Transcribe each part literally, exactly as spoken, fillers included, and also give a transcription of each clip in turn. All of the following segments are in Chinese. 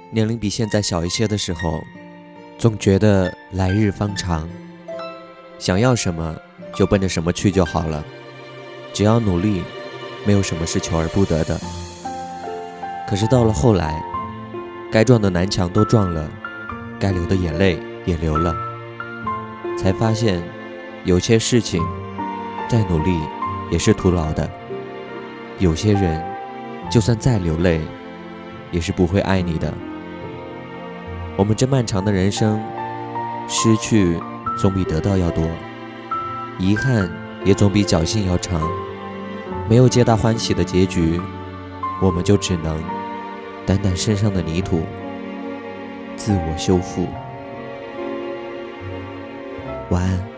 年龄比现在小一些的时候，总觉得来日方长，想要什么就奔着什么去就好了，只要努力，没有什么是求而不得的。可是到了后来，该撞的南墙都撞了，该流的眼泪也流了，才发现有些事情再努力也是徒劳的，有些人就算再流泪也是不会爱你的。我们这漫长的人生，失去总比得到要多，遗憾也总比侥幸要长。没有皆大欢喜的结局，我们就只能掸掸身上的泥土，自我修复。晚安。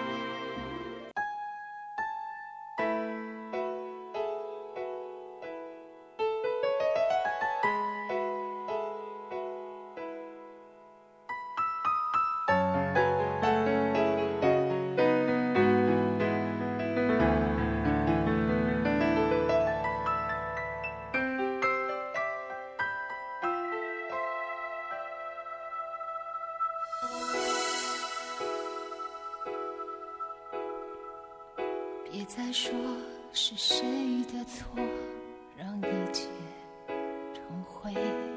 别再说是谁的错，让一切成灰，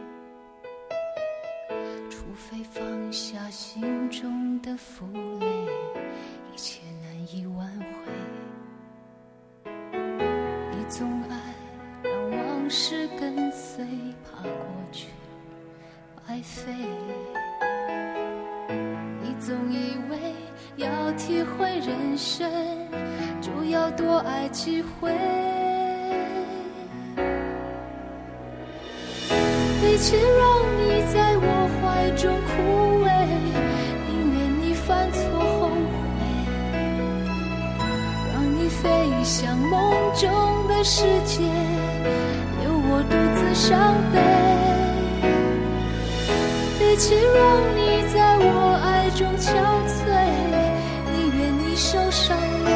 除非放下心中的负累，一切难以挽回。你总爱让往事跟随，怕过去白费。你总以为要体会人生，就要多爱几回。与其让你在我怀中枯萎，宁愿你犯错后悔，让你飞向梦中的世界，留我独自伤悲。与其让你在我爱中憔悴，宁愿你受伤流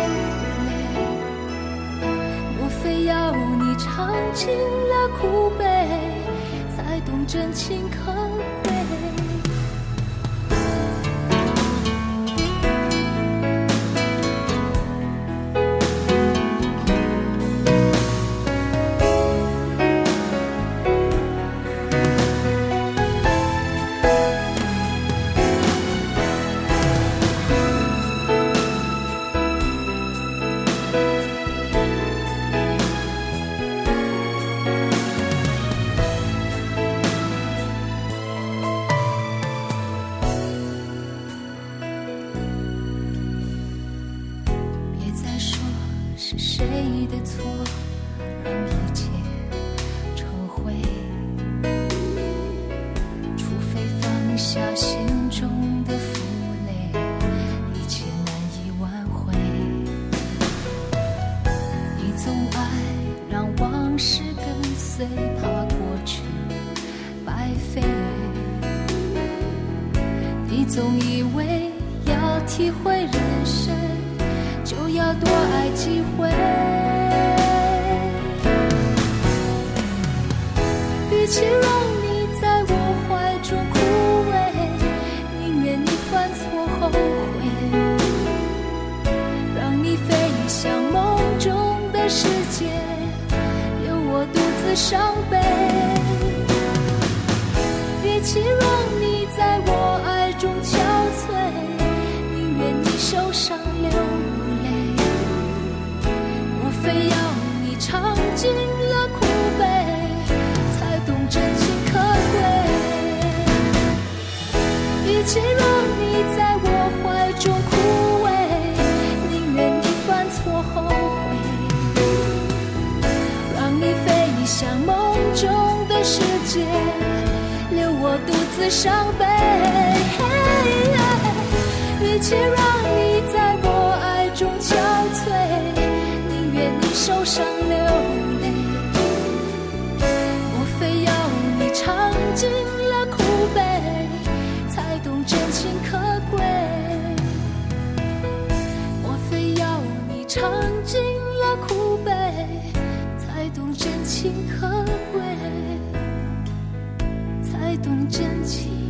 泪。莫非要你尝尽了苦悲，才懂真情可贵？是谁的错，让一切成灰？除非放下心中的负累，一切难以挽回。你总爱让往事跟随，怕过去白费。你总以为要体会人生，就要多爱几回。与其让你在我怀中枯萎，宁愿你犯错后悔，让你飞向梦中的世界，留我独自伤悲。与其让你在我爱中憔悴，宁愿你受伤流泪。非要你尝尽了苦悲，才懂真情可贵。与其让你在我怀中枯萎，宁愿你犯错后悔，让你飞向梦中的世界，留我独自伤悲。与其让你在我爱中憔悴，受伤流泪。莫非要你尝尽了苦悲，才懂真情可贵？莫非要你尝尽了苦悲，才懂真情可贵？才懂真情。